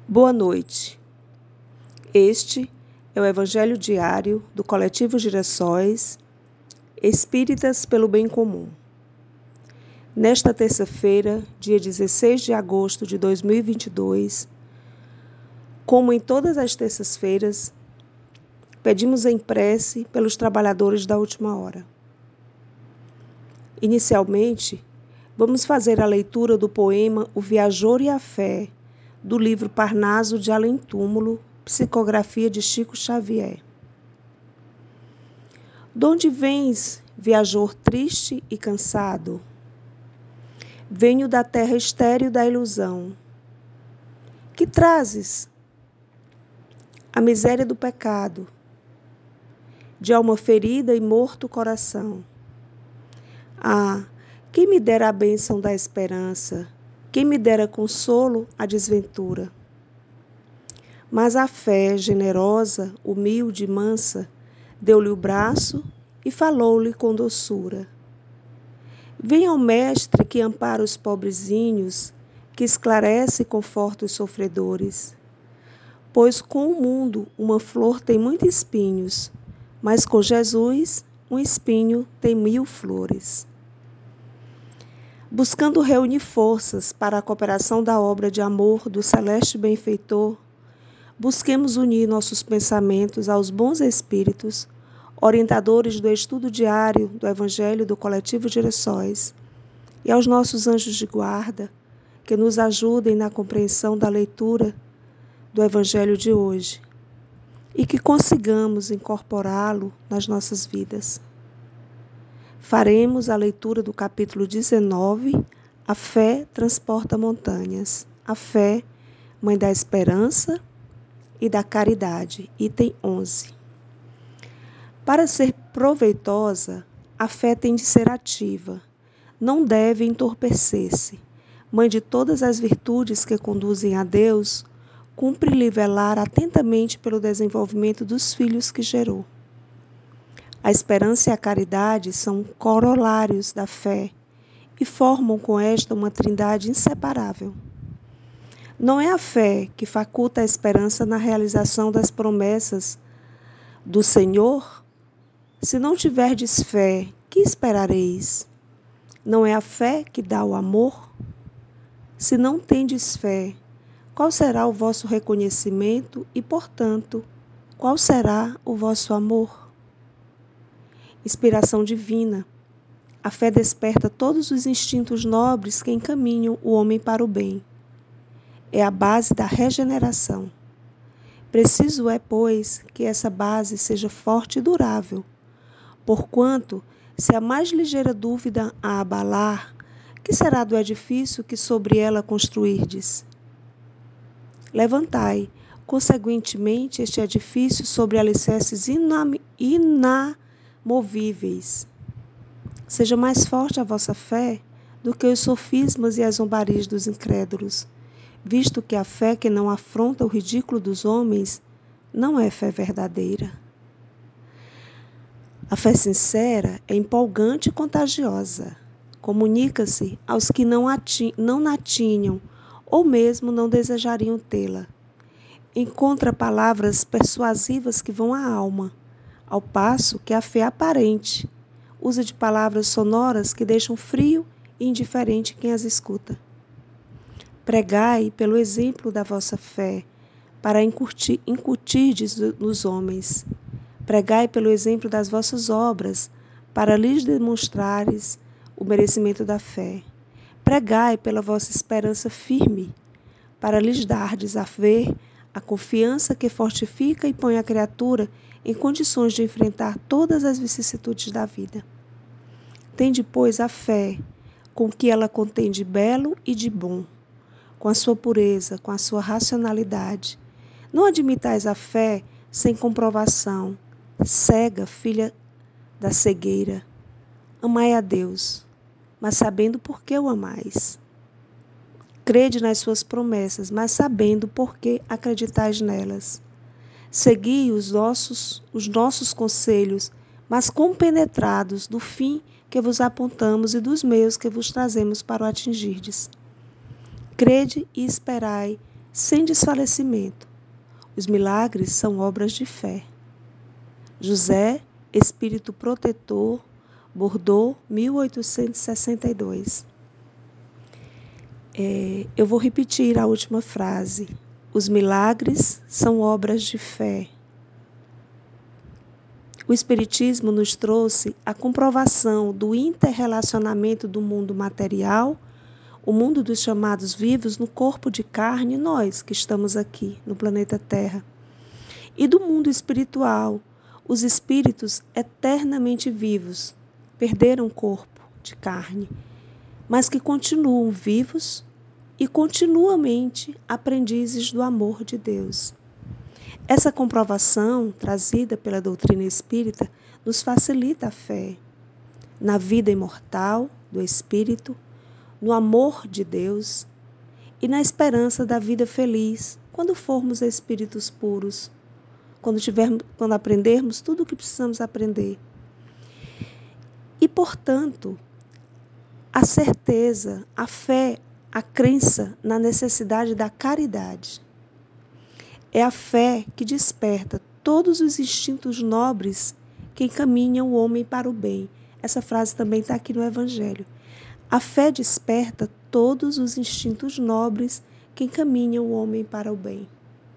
Boa noite. Este é o Evangelho Diário do Coletivo Girassóis, Espíritas pelo Bem Comum. Nesta terça-feira, dia 16 de agosto de 2022, como em todas as terças-feiras, pedimos em prece pelos trabalhadores da última hora. Inicialmente, vamos fazer a leitura do poema O Viajor e a Fé, do livro Parnaso de Além Túmulo, psicografia de Chico Xavier. Donde vens, viajor triste e cansado? Venho da terra estéril da ilusão. Que trazes? A miséria do pecado, de alma ferida e morto coração. Ah, quem me dera a bênção da esperança, quem me dera consolo à desventura. Mas a fé, generosa, humilde e mansa, deu-lhe o braço e falou-lhe com doçura. Vem ao Mestre que ampara os pobrezinhos, que esclarece e conforta os sofredores. Pois com o mundo uma flor tem muitos espinhos, mas com Jesus um espinho tem 1000 flores. Buscando reunir forças para a cooperação da obra de amor do celeste benfeitor, busquemos unir nossos pensamentos aos bons espíritos, orientadores do estudo diário do Evangelho do Coletivo Girassóis, e aos nossos anjos de guarda, que nos ajudem na compreensão da leitura do Evangelho de hoje, e que consigamos incorporá-lo nas nossas vidas. Faremos a leitura do capítulo 19, A Fé Transporta Montanhas. A Fé, Mãe da Esperança e da Caridade, item 11. Para ser proveitosa, a fé tem de ser ativa, não deve entorpecer-se. Mãe de todas as virtudes que conduzem a Deus, cumpre-lhe velar atentamente pelo desenvolvimento dos filhos que gerou. A esperança e a caridade são corolários da fé e formam com esta uma trindade inseparável. Não é a fé que faculta a esperança na realização das promessas do Senhor? Se não tiverdes fé, que esperareis? Não é a fé que dá o amor? Se não tendes fé, qual será o vosso reconhecimento e, portanto, qual será o vosso amor? Inspiração divina. A fé desperta todos os instintos nobres que encaminham o homem para o bem. É a base da regeneração. Preciso é, pois, que essa base seja forte e durável, porquanto, se a mais ligeira dúvida a abalar, que será do edifício que sobre ela construirdes? Levantai, conseguintemente, este edifício sobre alicerces inamovíveis. Seja mais forte a vossa fé do que os sofismas e as zombarias dos incrédulos, visto que a fé que não afronta o ridículo dos homens não é fé verdadeira. A fé sincera é empolgante e contagiosa. Comunica-se aos que não na tinham ou mesmo não desejariam tê-la. Encontra palavras persuasivas que vão à alma, ao passo que a fé aparente usa de palavras sonoras que deixam frio e indiferente quem as escuta. Pregai pelo exemplo da vossa fé, para incutirdes nos homens. Pregai pelo exemplo das vossas obras, para lhes demonstrares o merecimento da fé. Pregai pela vossa esperança firme, para lhes dardes a ver a confiança que fortifica e põe a criatura em condições de enfrentar todas as vicissitudes da vida. Tende, pois, a fé, com que ela contém de belo e de bom, com a sua pureza, com a sua racionalidade. Não admitais a fé sem comprovação, cega, filha da cegueira. Amai a Deus, mas sabendo por que o amais. Crede nas suas promessas, mas sabendo por que acreditais nelas. Segui os nossos conselhos, mas compenetrados do fim que vos apontamos e dos meios que vos trazemos para o atingirdes. Crede e esperai sem desfalecimento. Os milagres são obras de fé. José, Espírito Protetor, Bordeaux, 1862. Eu vou repetir a última frase. Os milagres são obras de fé. O Espiritismo nos trouxe a comprovação do interrelacionamento do mundo material, o mundo dos chamados vivos no corpo de carne, nós que estamos aqui no planeta Terra, e do mundo espiritual, os espíritos eternamente vivos, perderam o corpo de carne, mas que continuam vivos e continuamente aprendizes do amor de Deus. Essa comprovação, trazida pela doutrina espírita, nos facilita a fé na vida imortal do espírito, no amor de Deus e na esperança da vida feliz quando formos espíritos puros, quando aprendermos tudo o que precisamos aprender. E, portanto, a certeza, a fé, a crença na necessidade da caridade. É a fé que desperta todos os instintos nobres que encaminham o homem para o bem. Essa frase também está aqui no Evangelho. A fé desperta todos os instintos nobres que encaminham o homem para o bem.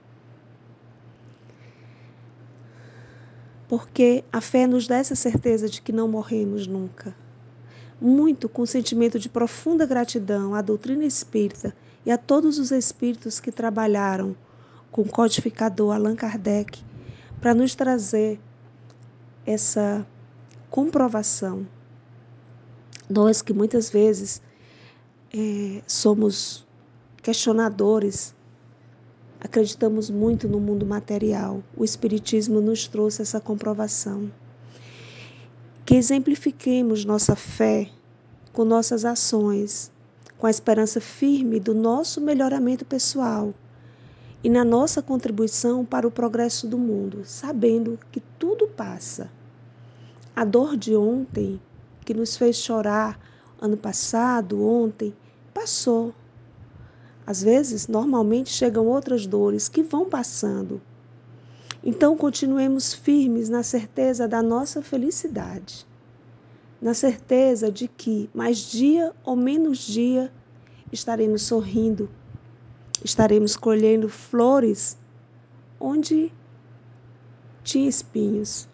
Porque a fé nos dá essa certeza de que não morremos nunca. Muito com sentimento de profunda gratidão à doutrina espírita e a todos os espíritos que trabalharam com o codificador Allan Kardec para nos trazer essa comprovação. Nós que muitas vezes somos questionadores, acreditamos muito no mundo material. O Espiritismo nos trouxe essa comprovação. Que exemplifiquemos nossa fé com nossas ações, com a esperança firme do nosso melhoramento pessoal e na nossa contribuição para o progresso do mundo, sabendo que tudo passa. A dor de ontem, que nos fez chorar ano passado, ontem, passou. Às vezes, normalmente, chegam outras dores que vão passando. Então, continuemos firmes na certeza da nossa felicidade, na certeza de que, mais dia ou menos dia, estaremos sorrindo, estaremos colhendo flores onde tinha espinhos.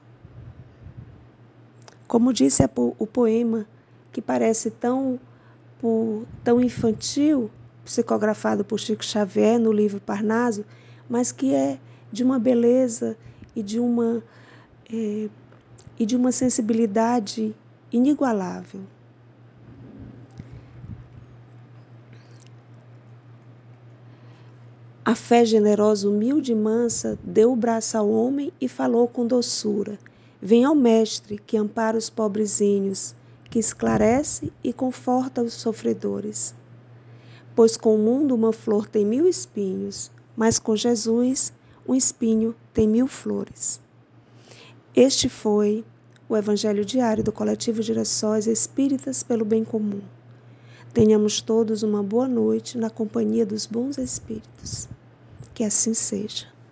Como disse o poema, que parece tão infantil, psicografado por Chico Xavier no livro Parnaso, mas que é de uma beleza e de uma sensibilidade inigualável. A fé generosa, humilde e mansa deu o braço ao homem e falou com doçura. Vem ao Mestre que ampara os pobrezinhos, que esclarece e conforta os sofredores. Pois com o mundo uma flor tem 1000 espinhos, mas com Jesus um espinho tem 1000 flores. Este foi o Evangelho Diário do Coletivo Girassóis Espíritas pelo Bem Comum. Tenhamos todos uma boa noite na companhia dos bons espíritos. Que assim seja.